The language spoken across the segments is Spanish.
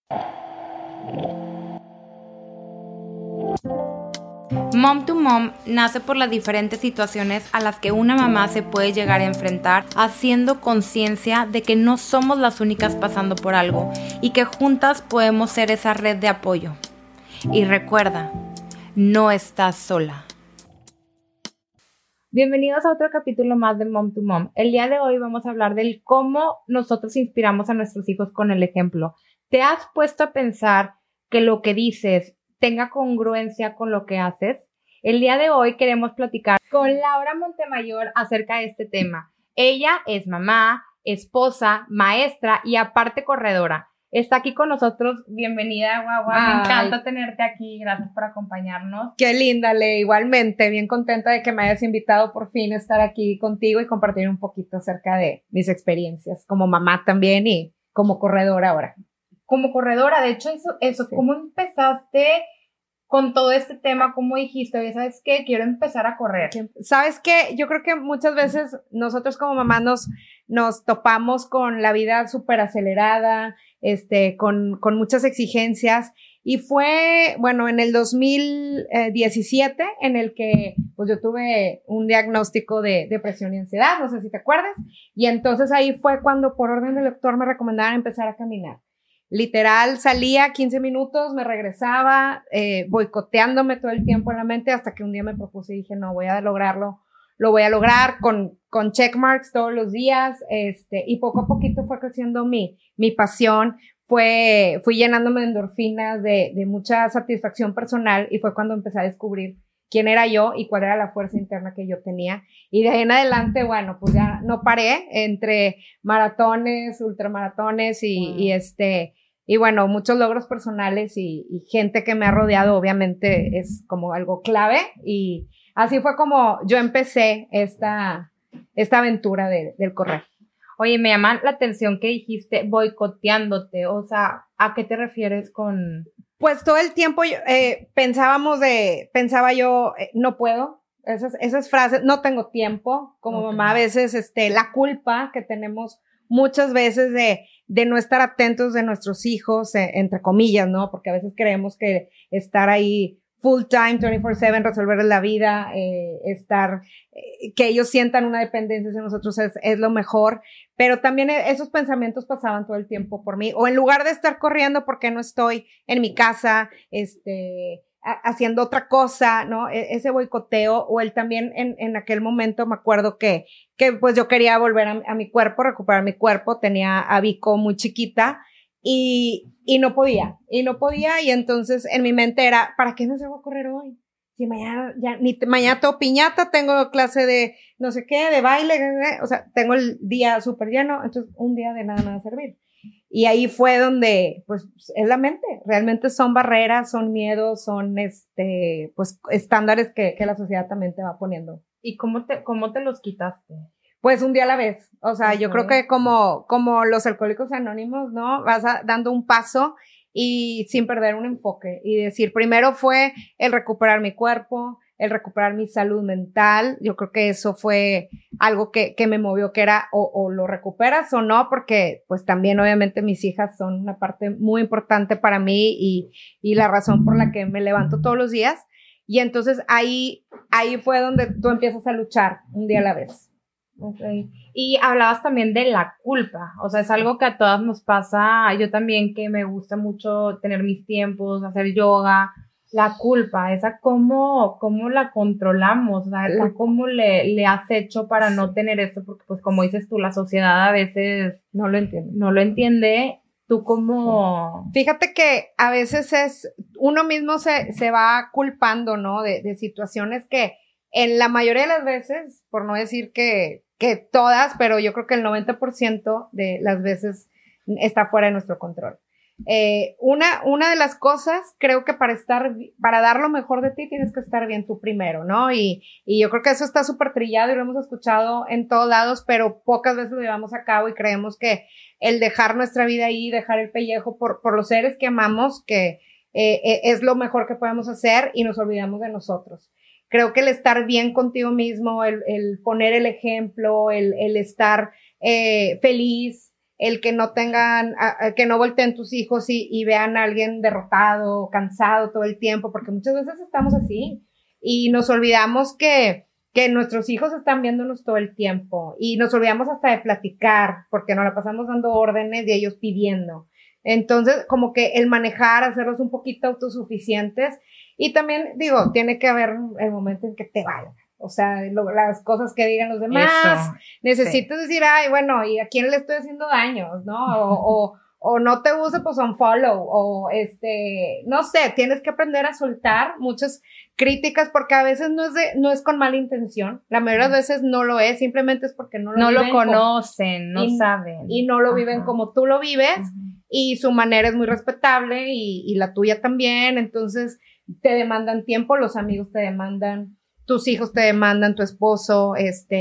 Mom to Mom nace por las diferentes situaciones a las que una mamá se puede llegar a enfrentar, haciendo conciencia de que no somos las únicas pasando por algo y que juntas podemos ser esa red de apoyo. Y recuerda, no estás sola. Bienvenidos a otro capítulo más de Mom to Mom. El día de hoy vamos a hablar del cómo nosotros inspiramos a nuestros hijos con el ejemplo. ¿Te has puesto a pensar que lo que dices tenga congruencia con lo que haces? El día de hoy queremos platicar con Laura Montemayor acerca de este tema. Ella es mamá, esposa, maestra y aparte corredora. Está aquí con nosotros. Bienvenida, guagua. Me encanta tenerte aquí. Gracias por acompañarnos. Qué linda, Le. Igualmente, bien contenta de que me hayas invitado por fin a estar aquí contigo y compartir un poquito acerca de mis experiencias como mamá también y como corredora ahora. Como corredora, de hecho, eso, sí. ¿Cómo empezaste con todo este tema? ¿Cómo dijiste, oye, sabes qué? Quiero empezar a correr. ¿Sabes qué? Yo creo que muchas veces nosotros como mamás nos topamos con la vida súper acelerada, con muchas exigencias. Y fue, bueno, en el 2017 en el que pues yo tuve un diagnóstico de depresión y ansiedad, no sé si te acuerdas. Y entonces ahí fue cuando por orden del doctor me recomendaban empezar a caminar. Literal, salía 15 minutos, me regresaba, boicoteándome todo el tiempo en la mente hasta que un día me propuse y dije, no, voy a lograrlo, lo voy a lograr con checkmarks todos los días, y poco a poquito fue creciendo mi pasión, fui llenándome de endorfinas, de mucha satisfacción personal y fue cuando empecé a descubrir quién era yo y cuál era la fuerza interna que yo tenía. Y de ahí en adelante, bueno, pues ya no paré entre maratones, ultramaratones y bueno, muchos logros personales y gente que me ha rodeado, obviamente es como algo clave. Y así fue como yo empecé esta aventura del correr. Oye, me llama la atención que dijiste boicoteándote, o sea, ¿a qué te refieres con...? Pues todo el tiempo pensaba yo, no puedo, esas frases, no tengo tiempo, como mamá a veces, la culpa que tenemos muchas veces de no estar atentos de nuestros hijos, entre comillas, ¿no? Porque a veces creemos que estar ahí full time, 24/7, resolverles la vida, que ellos sientan una dependencia de nosotros es lo mejor, pero también esos pensamientos pasaban todo el tiempo por mí, o en lugar de estar corriendo, ¿por qué no estoy en mi casa, haciendo otra cosa, ¿no? Ese boicoteo, o él también en aquel momento me acuerdo que pues yo quería volver a mi cuerpo, recuperar mi cuerpo, tenía a Vico muy chiquita, y no podía, y entonces en mi mente era, ¿para qué me salgo a correr hoy? Si mañana, mañana tengo piñata, tengo clase de no sé qué, de baile, o sea, tengo el día súper lleno, entonces un día de nada me va a servir. Y ahí fue donde, pues, es la mente, realmente son barreras, son miedos, son, pues, estándares que la sociedad también te va poniendo. ¿Y cómo te los quitaste? Pues un día a la vez, o sea, yo creo que como los alcohólicos anónimos, ¿no? Vas dando un paso y sin perder un enfoque y decir, primero fue el recuperar mi cuerpo, el recuperar mi salud mental. Yo creo que eso fue algo que me movió, que era o lo recuperas o no, porque pues también obviamente mis hijas son una parte muy importante para mí y la razón por la que me levanto todos los días. Y entonces ahí fue donde tú empiezas a luchar un día a la vez. Okay. Y hablabas también de la culpa, o sea, es algo que a todas nos pasa, yo también que me gusta mucho tener mis tiempos, hacer yoga, la culpa, esa cómo la controlamos, o sea, cómo le has hecho para no tener esto, porque pues como dices tú, la sociedad a veces no lo entiende, tú cómo... Fíjate que a veces uno mismo se va culpando, ¿no? De situaciones que en la mayoría de las veces, por no decir que todas, pero yo creo que el 90% de las veces está fuera de nuestro control. Una de las cosas, creo que para dar lo mejor de ti tienes que estar bien tú primero, ¿no? Y yo creo que eso está súper trillado y lo hemos escuchado en todos lados, pero pocas veces lo llevamos a cabo y creemos que el dejar nuestra vida ahí, dejar el pellejo por los seres que amamos, que es lo mejor que podemos hacer y nos olvidamos de nosotros. Creo que el estar bien contigo mismo, el poner el ejemplo, el estar feliz, el que no tengan, que no volteen tus hijos y vean a alguien derrotado, cansado todo el tiempo, porque muchas veces estamos así y nos olvidamos que nuestros hijos están viéndonos todo el tiempo y nos olvidamos hasta de platicar porque nos la pasamos dando órdenes y ellos pidiendo. Entonces, como que el manejar, hacerlos un poquito autosuficientes y también, digo, tiene que haber el momento en que te vayan. O sea, las cosas que digan los demás. Eso, necesito decir, ay, bueno, ¿y a quién le estoy haciendo daños? ¿No? O no te gusta, pues unfollow, o no sé, tienes que aprender a soltar muchas críticas porque a veces no es con mala intención, la mayoría de las veces no lo es, simplemente es porque no lo conocen, no saben. Y no lo viven como tú lo vives, y su manera es muy respetable y la tuya también, entonces te demandan tiempo, los amigos te demandan, tus hijos te demandan, tu esposo,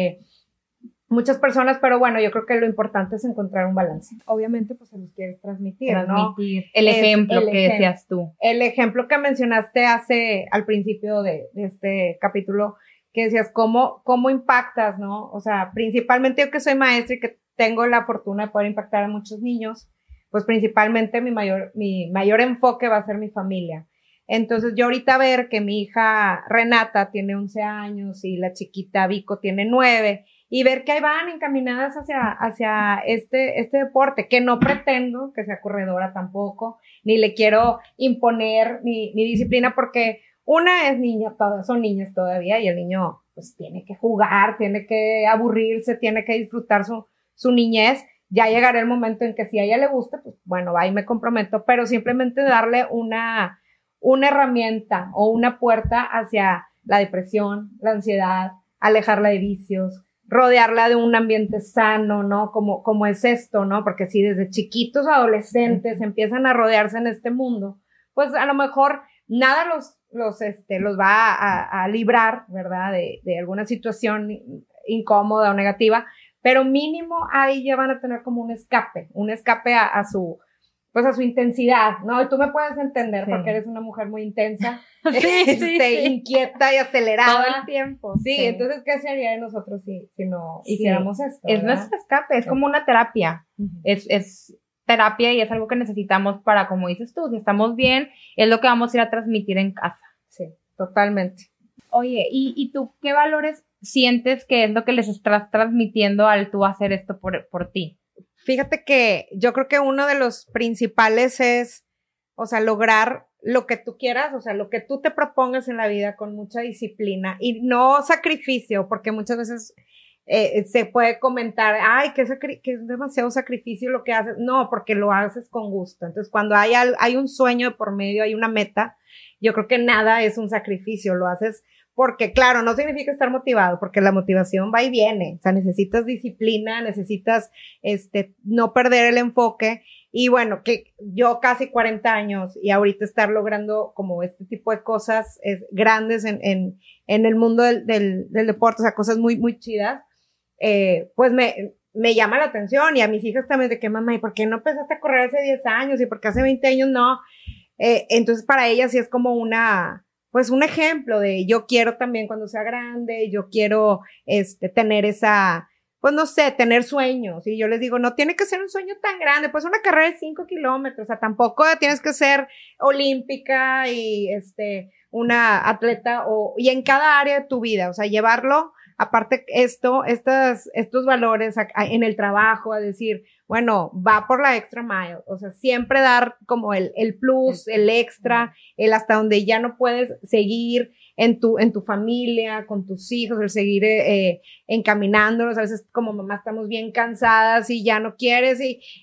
muchas personas, pero bueno, yo creo que lo importante es encontrar un balance. Obviamente, pues se los quieres transmitir, ¿no? El ejemplo que decías tú. El ejemplo que mencionaste al principio de este capítulo, que decías cómo impactas, ¿no? O sea, principalmente yo que soy maestra y que tengo la fortuna de poder impactar a muchos niños, pues principalmente mi mayor enfoque va a ser mi familia. Entonces yo ahorita ver que mi hija Renata tiene 11 años y la chiquita Vico tiene 9, y ver que ahí van encaminadas hacia este deporte, que no pretendo que sea corredora tampoco, ni le quiero imponer mi disciplina, porque una es niña, son niñas todavía, y el niño pues tiene que jugar, tiene que aburrirse, tiene que disfrutar su niñez. Ya llegará el momento en que si a ella le gusta, pues bueno, va y me comprometo, pero simplemente darle una herramienta o una puerta hacia la depresión, la ansiedad, alejarla de vicios, rodearla de un ambiente sano, ¿no? Como es esto, ¿no? Porque si desde chiquitos adolescentes empiezan a rodearse en este mundo, pues a lo mejor nada los va a librar, ¿verdad? De alguna situación incómoda o negativa, pero mínimo ahí ya van a tener como un escape a su intensidad, ¿no? Y tú me puedes entender porque eres una mujer muy intensa, inquieta y acelerada. Todo el tiempo. Sí, entonces, ¿qué sería de nosotros si no hiciéramos esto? Es nuestro escape, es como una terapia. Es terapia y es algo que necesitamos para, como dices tú, si estamos bien, es lo que vamos a ir a transmitir en casa. Sí, totalmente. Oye, ¿y tú qué valores sientes que es lo que les estás transmitiendo al tú hacer esto por ti? Fíjate que yo creo que uno de los principales es, o sea, lograr lo que tú quieras, o sea, lo que tú te propongas en la vida con mucha disciplina y no sacrificio, porque muchas veces se puede comentar, ay, que es demasiado sacrificio lo que haces. No, porque lo haces con gusto. Entonces, cuando hay un sueño de por medio, hay una meta, yo creo que nada es un sacrificio, lo haces porque, claro, no significa estar motivado, porque la motivación va y viene, o sea, necesitas disciplina, necesitas, no perder el enfoque, y bueno, que yo casi 40 años, y ahorita estar logrando como este tipo de cosas grandes en el mundo del deporte, o sea, cosas muy, muy chidas, pues me llama la atención, y a mis hijas también de que, mamá, ¿y por qué no empezaste a correr hace 10 años? ¿Y por qué hace 20 años no? Entonces para ellas sí es como pues un ejemplo de yo quiero también cuando sea grande, yo quiero tener pues no sé, tener sueños. Y yo les digo, no tiene que ser un sueño tan grande, pues una carrera de 5 kilómetros, o sea, tampoco tienes que ser olímpica y una atleta y en cada área de tu vida, o sea, llevarlo, aparte estos valores en el trabajo, a decir, bueno, va por la extra mile, o sea, siempre dar como el plus, el extra, el hasta donde ya no puedes seguir en tu familia, con tus hijos, el seguir encaminándolos. A veces como mamá estamos bien cansadas y ya no quieres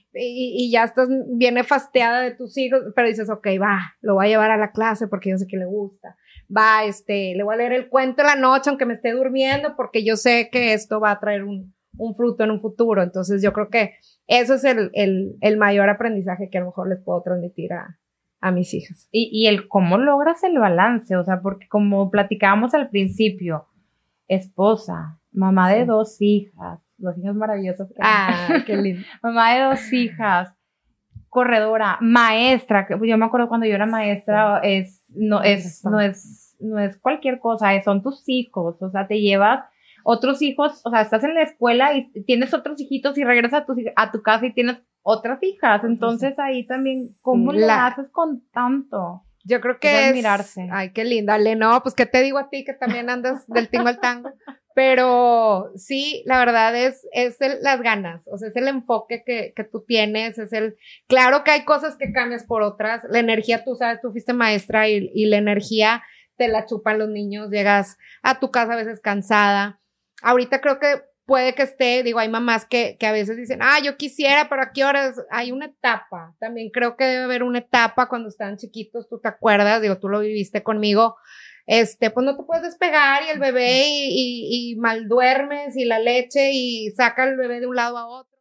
y ya estás bien nefasteada de tus hijos, pero dices, ok, va, lo voy a llevar a la clase porque yo sé que le gusta. Va, le voy a leer el cuento en la noche aunque me esté durmiendo porque yo sé que esto va a traer un fruto en un futuro. Entonces yo creo que eso es el mayor aprendizaje que a lo mejor les puedo transmitir a mis hijas. Y el cómo logras el balance, o sea, porque como platicábamos al principio, esposa, mamá de 2 hijas, 2 hijas maravillosas. Qué lindo. Mamá de 2 hijas, corredora, maestra, que yo me acuerdo cuando yo era maestra, no es cualquier cosa, son tus hijos, o sea, te llevas otros hijos, o sea, estás en la escuela y tienes otros hijitos y regresas a tu casa y tienes otras hijas. Entonces ahí también, ¿cómo le haces con tanto? Yo creo que es admirarse. Ay, qué lindo, Ale. No, pues qué te digo a ti que también andas del tingo al tango. Pero sí, la verdad es las ganas, o sea, es el enfoque que tú tienes, claro que hay cosas que cambias por otras, la energía, tú sabes, tú fuiste maestra y la energía te la chupan los niños, llegas a tu casa a veces cansada. Ahorita creo que puede que digo, hay mamás que a veces dicen, yo quisiera, pero ¿a qué horas? Hay una etapa, también creo que debe haber una etapa cuando estaban chiquitos, tú te acuerdas, digo, tú lo viviste conmigo, pues no te puedes despegar y el bebé y mal duermes y la leche y saca el bebé de un lado a otro.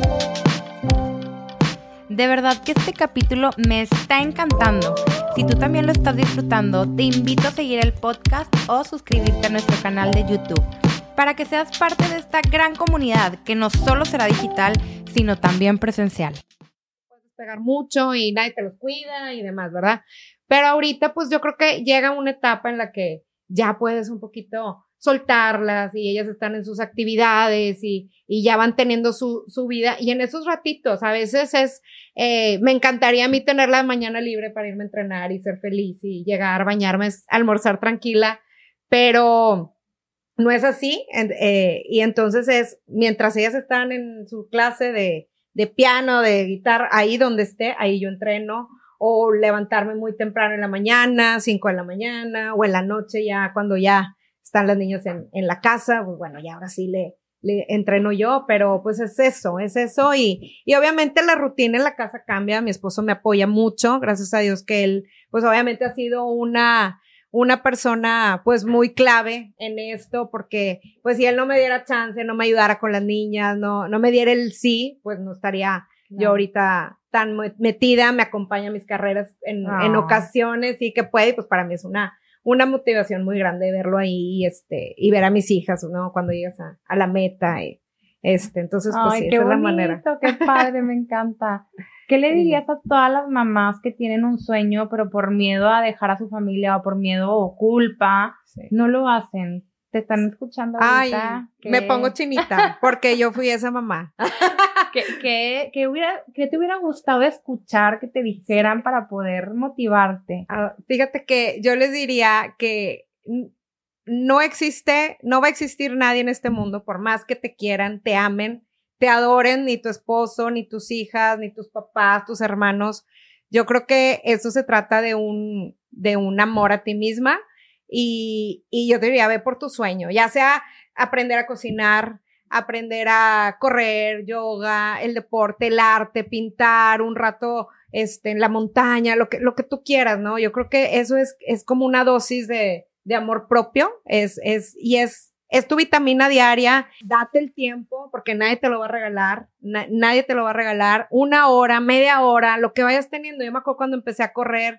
De verdad que este capítulo me está encantando. Si tú también lo estás disfrutando, te invito a seguir el podcast o suscribirte a nuestro canal de YouTube para que seas parte de esta gran comunidad que no solo será digital, sino también presencial. Puedes despegar mucho y nadie te los cuida y demás, ¿verdad? Pero ahorita pues yo creo que llega una etapa en la que ya puedes un poquito soltarlas y ellas están en sus actividades y ya van teniendo su vida y en esos ratitos a veces me encantaría a mí tener la mañana libre para irme a entrenar y ser feliz y llegar, bañarme, almorzar tranquila, pero no es así y entonces mientras ellas están en su clase de piano, de guitarra, ahí donde esté, ahí yo entreno, o levantarme muy temprano en la mañana, 5 de la mañana, o en la noche ya cuando ya están las niñas en la casa, pues bueno, ya ahora sí le entreno yo, pero pues es eso, y obviamente la rutina en la casa cambia, mi esposo me apoya mucho, gracias a Dios que él, pues obviamente ha sido una persona pues muy clave en esto, porque pues si él no me diera chance, no me ayudara con las niñas, no me diera el sí, pues no estaría yo ahorita tan metida, me acompaña a mis carreras en ocasiones y que puede, pues para mí es una motivación muy grande verlo ahí y ver a mis hijas, ¿no? Cuando llegas a la meta entonces pues ay, sí, qué esa bonito, es la manera. Qué padre, me encanta. ¿Qué le dirías a todas las mamás que tienen un sueño, pero por miedo a dejar a su familia o por miedo o culpa, no lo hacen? ¿Te están escuchando ahorita? Ay, me pongo chinita, porque yo fui esa mamá. ¿Qué te hubiera gustado escuchar que te dijeran para poder motivarte? Fíjate que yo les diría que no va a existir nadie en este mundo, por más que te quieran, te amen, te adoren, ni tu esposo, ni tus hijas, ni tus papás, tus hermanos. Yo creo que eso se trata de un amor a ti misma y yo te diría, ve por tu sueño, ya sea aprender a cocinar, aprender a correr, yoga, el deporte, el arte, pintar un rato en la montaña, lo que tú quieras, ¿no? Yo creo que eso es como una dosis de amor propio, es tu vitamina diaria, date el tiempo, porque nadie te lo va a regalar, nadie te lo va a regalar, 1 hora, media hora, lo que vayas teniendo. Yo me acuerdo cuando empecé a correr,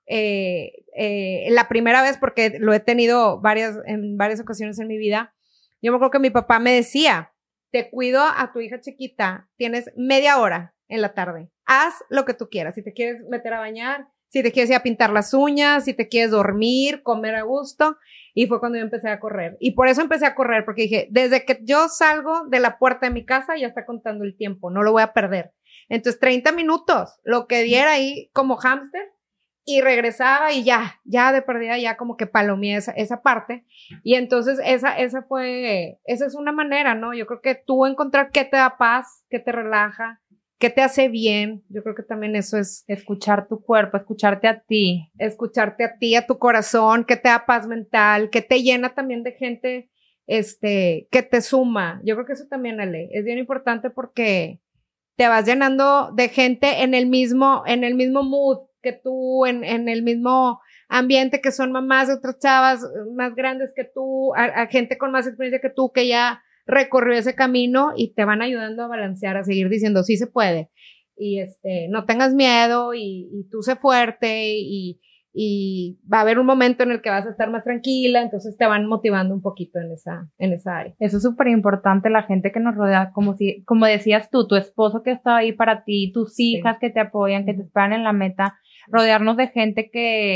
la primera vez, porque lo he tenido en varias ocasiones en mi vida, yo me acuerdo que mi papá me decía, te cuido a tu hija chiquita, tienes media hora en la tarde, haz lo que tú quieras, si te quieres meter a bañar, si te quieres ir a pintar las uñas, si te quieres dormir, comer a gusto, y fue cuando yo empecé a correr, y por eso empecé a correr, porque dije, desde que yo salgo de la puerta de mi casa, ya está contando el tiempo, no lo voy a perder, entonces 30 minutos, lo que diera ahí como hámster, y regresaba y ya de perdida ya como que palomeé esa parte, y entonces esa es una manera, ¿no? Yo creo que tú encontrar qué te da paz, qué te relaja, qué te hace bien, yo creo que también eso es escuchar tu cuerpo, escucharte a ti, a tu corazón, qué te da paz mental, qué te llena también de gente, que te suma. Yo creo que eso también, Ale, es bien importante porque te vas llenando de gente en el mismo mood que tú, en el mismo ambiente, que son mamás de otras chavas más grandes que tú, a gente con más experiencia que tú, que ya recorrió ese camino y te van ayudando a balancear, a seguir diciendo, sí se puede, y no tengas miedo, y tú sé fuerte, y va a haber un momento en el que vas a estar más tranquila, entonces te van motivando un poquito en esa área. Eso es súper importante, la gente que nos rodea, como decías tú, tu esposo que está ahí para ti, tus hijas que te apoyan, que te esperan en la meta, rodearnos de gente que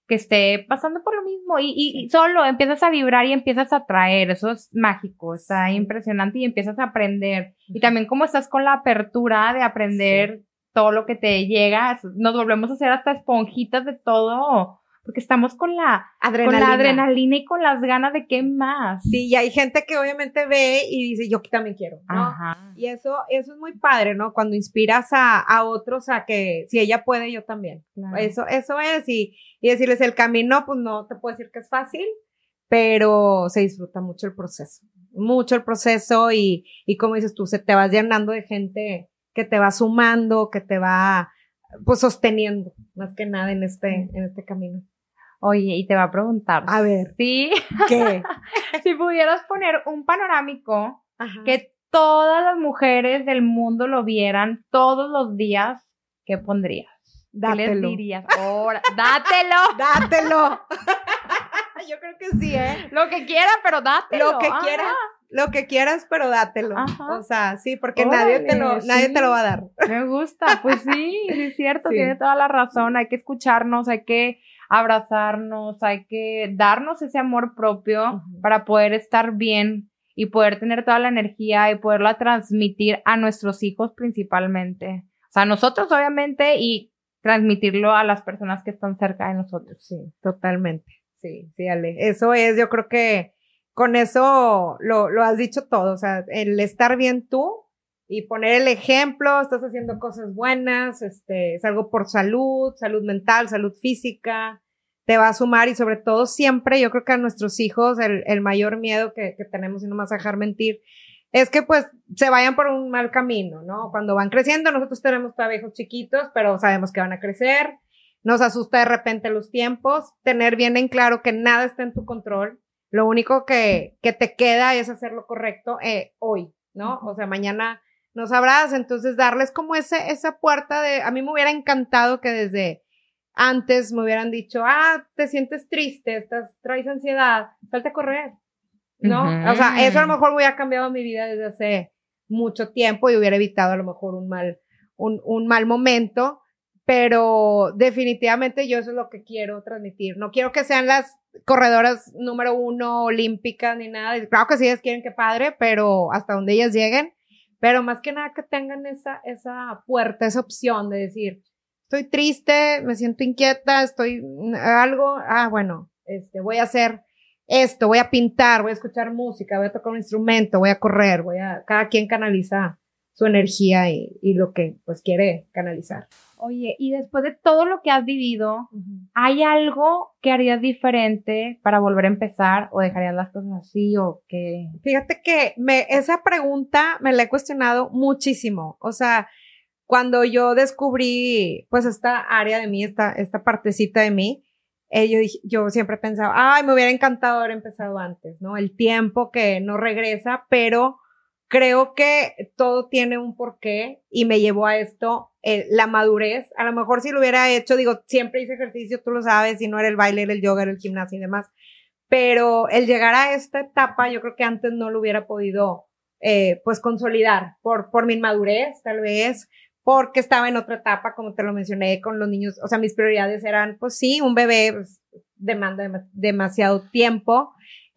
que esté pasando por lo mismo y solo empiezas a vibrar y empiezas a atraer, eso es mágico, está impresionante y empiezas a aprender. Y también como estás con la apertura de aprender todo lo que te llega, nos volvemos a hacer hasta esponjitas de todo, porque estamos con la adrenalina y con las ganas de qué más. Sí, y hay gente que obviamente ve y dice, yo también quiero, ¿no? Ajá. Y eso es muy padre, ¿no? Cuando inspiras a otros a que si ella puede, yo también. Claro. Eso es, y decirles el camino, pues no te puedo decir que es fácil, pero se disfruta mucho el proceso y como dices tú, se te vas llenando de gente que te va sumando, que te va pues sosteniendo, más que nada en este camino. Oye, y te va a preguntar. A ver. ¿Sí? ¿Qué? Si pudieras poner un panorámico que todas las mujeres del mundo lo vieran todos los días, ¿qué pondrías? Dátelo. ¿Qué les dirías? Ahora, ¡dátelo! ¡Dátelo! Yo creo que sí, ¿eh? Lo que quieras, pero dátelo. Lo que quieras, pero dátelo. Ajá. O sea, sí, porque nadie te lo va a dar. Me gusta, pues sí, es cierto, tiene toda la razón. Hay que escucharnos, hay que abrazarnos, hay que darnos ese amor propio para poder estar bien y poder tener toda la energía y poderla transmitir a nuestros hijos principalmente. O sea, nosotros obviamente y transmitirlo a las personas que están cerca de nosotros. Sí, totalmente. Sí, Ale. Eso es, yo creo que con eso lo has dicho todo. O sea, el estar bien tú y poner el ejemplo, estás haciendo cosas buenas, es algo por salud mental, salud física, te va a sumar y sobre todo siempre, yo creo que a nuestros hijos el mayor miedo que tenemos, y no me vas a dejar mentir, es que pues se vayan por un mal camino, ¿no? Cuando van creciendo, nosotros tenemos todavía hijos chiquitos, pero sabemos que van a crecer, nos asusta de repente los tiempos, tener bien en claro que nada está en tu control, lo único que te queda es hacer lo correcto hoy, ¿no? O sea, mañana no sabrás, entonces darles como esa puerta a mí me hubiera encantado que desde antes me hubieran dicho, te sientes triste, traes ansiedad, salte a correr, ¿no? O sea, eso a lo mejor hubiera cambiado mi vida desde hace mucho tiempo y hubiera evitado a lo mejor un mal momento, pero definitivamente yo eso es lo que quiero transmitir. No quiero que sean las corredoras número 1 olímpicas ni nada, claro que sí ellas quieren que padre, pero hasta donde ellas lleguen, pero más que nada que tengan esa puerta, esa opción de decir, estoy triste, me siento inquieta, estoy algo, bueno, voy a hacer esto, voy a pintar, voy a escuchar música, voy a tocar un instrumento, voy a correr, cada quien canaliza su energía y lo que pues quiere canalizar. Oye, y después de todo lo que has vivido, ¿hay algo que harías diferente para volver a empezar o dejarías las cosas así o qué? Fíjate que esa pregunta me la he cuestionado muchísimo, o sea, cuando yo descubrí pues esta área de mí, esta partecita de mí, yo siempre pensaba, me hubiera encantado haber empezado antes, ¿no? El tiempo que no regresa, pero creo que todo tiene un porqué y me llevó a esto, la madurez. A lo mejor si lo hubiera hecho, siempre hice ejercicio, tú lo sabes, si no era el baile, era el yoga, era el gimnasio y demás, pero el llegar a esta etapa, yo creo que antes no lo hubiera podido, pues consolidar por mi inmadurez, tal vez, porque estaba en otra etapa, como te lo mencioné, con los niños, o sea, mis prioridades eran, pues sí, un bebé pues, demanda demasiado tiempo,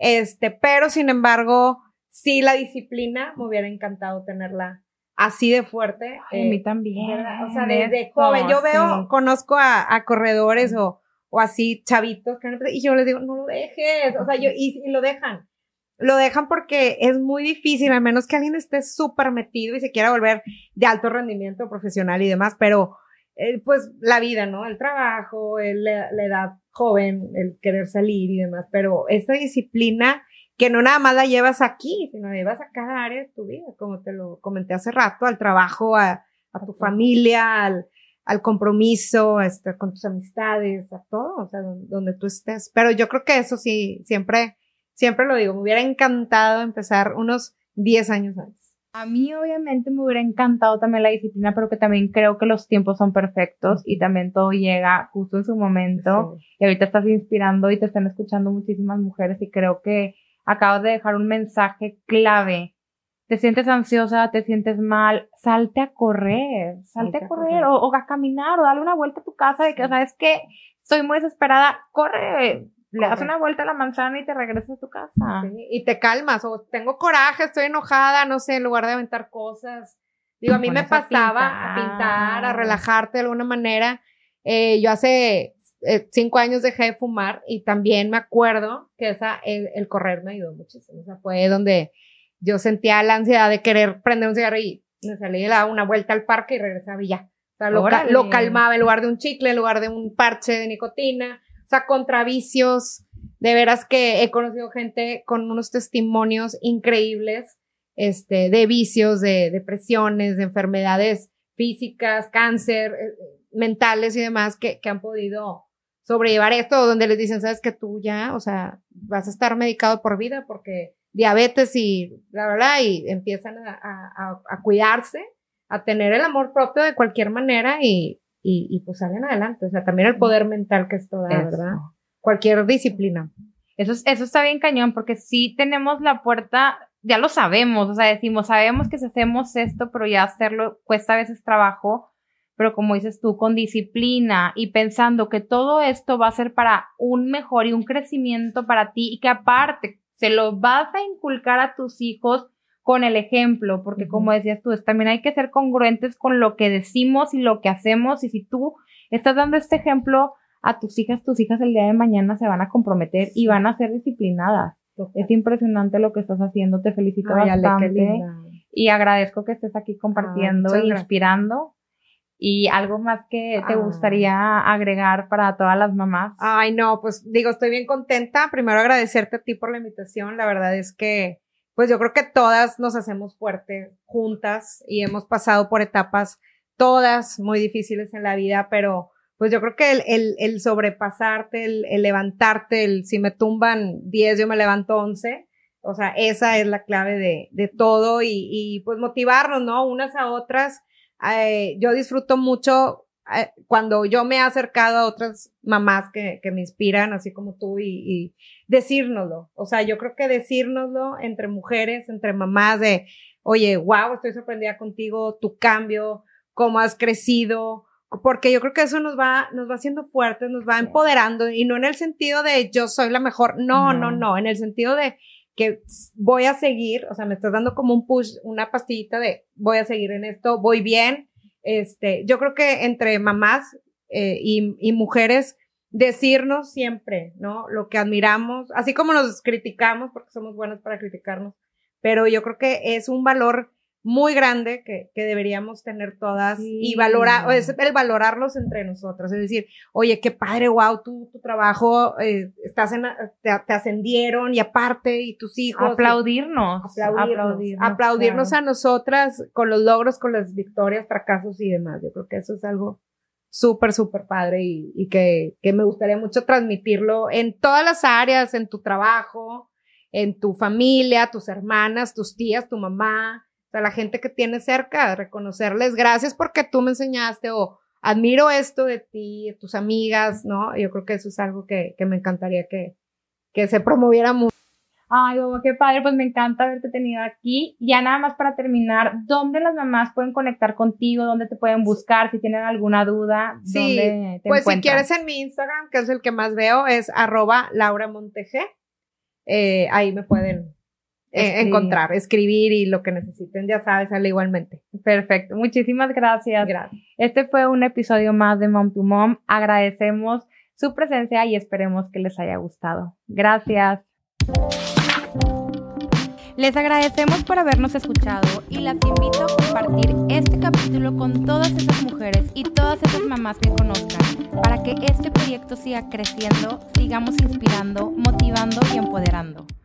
pero sin embargo, sí la disciplina, me hubiera encantado tenerla así de fuerte. A mí también. ¿verdad? O sea, desde joven, yo conozco a corredores o así chavitos, y yo les digo, no lo dejes, o sea, y lo dejan porque es muy difícil, a menos que alguien esté súper metido y se quiera volver de alto rendimiento profesional y demás, pero pues la vida, ¿no? El trabajo, la edad joven, el querer salir y demás, pero esta disciplina que no nada más la llevas aquí, sino la llevas a cada área de tu vida, como te lo comenté hace rato, al trabajo, a tu familia, al compromiso, con tus amistades, a todo, o sea, donde tú estés. Pero yo creo que eso sí, siempre lo digo, me hubiera encantado empezar unos 10 años antes. A mí obviamente me hubiera encantado también la disciplina, pero que también creo que los tiempos son perfectos y también todo llega justo en su momento. Sí. Y ahorita estás inspirando y te están escuchando muchísimas mujeres y creo que acabas de dejar un mensaje clave. Te sientes ansiosa, te sientes mal, salte a correr o a caminar o dale una vuelta a tu casa de que, ¿sabes qué? estoy muy desesperada, corre, le das una vuelta a la manzana y te regresas a tu casa. Sí, y te calmas, o tengo coraje, estoy enojada, no sé, en lugar de aventar cosas. Digo, a mí me pasaba a pintar, a relajarte de alguna manera. Yo hace 5 años dejé de fumar y también me acuerdo que el correr me ayudó muchísimo. O sea, fue donde yo sentía la ansiedad de querer prender un cigarro y me salí y daba una vuelta al parque y regresaba y ya. O sea, lo calmaba en lugar de un chicle, en lugar de un parche de nicotina. O sea, contra vicios. De veras que he conocido gente con unos testimonios increíbles, de vicios, de depresiones, de enfermedades físicas, cáncer, mentales y demás que han podido sobrellevar esto, donde les dicen, sabes que tú ya, o sea, vas a estar medicado por vida porque diabetes y bla, bla, bla, y empiezan a cuidarse, a tener el amor propio de cualquier manera y pues salen adelante. O sea, también el poder mental que esto da, ¿verdad? Cualquier disciplina. Eso está bien cañón, porque sí tenemos la puerta, ya lo sabemos, o sea, sabemos que si hacemos esto, pero ya hacerlo cuesta a veces trabajo, pero como dices tú, con disciplina y pensando que todo esto va a ser para un mejor y un crecimiento para ti y que aparte se lo vas a inculcar a tus hijos con el ejemplo, porque como decías tú, también hay que ser congruentes con lo que decimos y lo que hacemos, y si tú estás dando este ejemplo a tus hijas el día de mañana se van a comprometer y van a ser disciplinadas. Okay. Es impresionante lo que estás haciendo, te felicito bastante y agradezco que estés aquí compartiendo e inspirando. ¿Y algo más que te gustaría agregar para todas las mamás? Ay, no, pues digo, estoy bien contenta. Primero agradecerte a ti por la invitación. La verdad es que, pues yo creo que todas nos hacemos fuertes juntas y hemos pasado por etapas todas muy difíciles en la vida, pero pues yo creo que el sobrepasarte, el levantarte, si me tumban 10, yo me levanto 11. O sea, esa es la clave de todo y pues motivarnos, ¿no? Unas a otras. Yo disfruto mucho cuando yo me he acercado a otras mamás que me inspiran, así como tú, y decírnoslo. O sea, yo creo que decírnoslo entre mujeres, entre mamás de, oye, wow, estoy sorprendida contigo, tu cambio, cómo has crecido. Porque yo creo que eso nos va haciendo fuertes, nos va empoderando, y no en el sentido de yo soy la mejor, no, en el sentido de que voy a seguir, o sea, me estás dando como un push, una pastillita de voy a seguir en esto, voy bien. Yo creo que entre mamás y mujeres, decirnos siempre, ¿no? Lo que admiramos, así como nos criticamos, porque somos buenas para criticarnos, pero yo creo que es un valor muy grande que deberíamos tener todas, y es el valorarlos entre nosotros, es decir, oye, qué padre, wow, tu trabajo, te ascendieron, y aparte, y tus hijos. Aplaudirnos claro. A nosotras con los logros, con las victorias, fracasos y demás. Yo creo que eso es algo súper, súper padre y que me gustaría mucho transmitirlo en todas las áreas, en tu trabajo, en tu familia, tus hermanas, tus tías, tu mamá. O sea, la gente que tienes cerca, reconocerles, gracias porque tú me enseñaste, o admiro esto de ti, de tus amigas, ¿no? Yo creo que eso es algo que me encantaría que se promoviera mucho. Ay, Boba, qué padre, pues me encanta haberte tenido aquí. Ya nada más para terminar, ¿dónde las mamás pueden conectar contigo? ¿Dónde te pueden buscar? Si tienen alguna duda, sí, ¿dónde te pues encuentran? Si quieres en mi Instagram, que es el que más veo, es @LauraMonteG. Ahí me pueden encontrar, escribir y lo que necesiten, ya sabes, sale igualmente. Perfecto, muchísimas gracias. Este fue un episodio más de Mom to Mom. Agradecemos su presencia y esperemos que les haya gustado. Gracias. Les agradecemos por habernos escuchado y las invito a compartir este capítulo con todas esas mujeres y todas esas mamás que conozcan, para que este proyecto siga creciendo, sigamos inspirando, motivando y empoderando.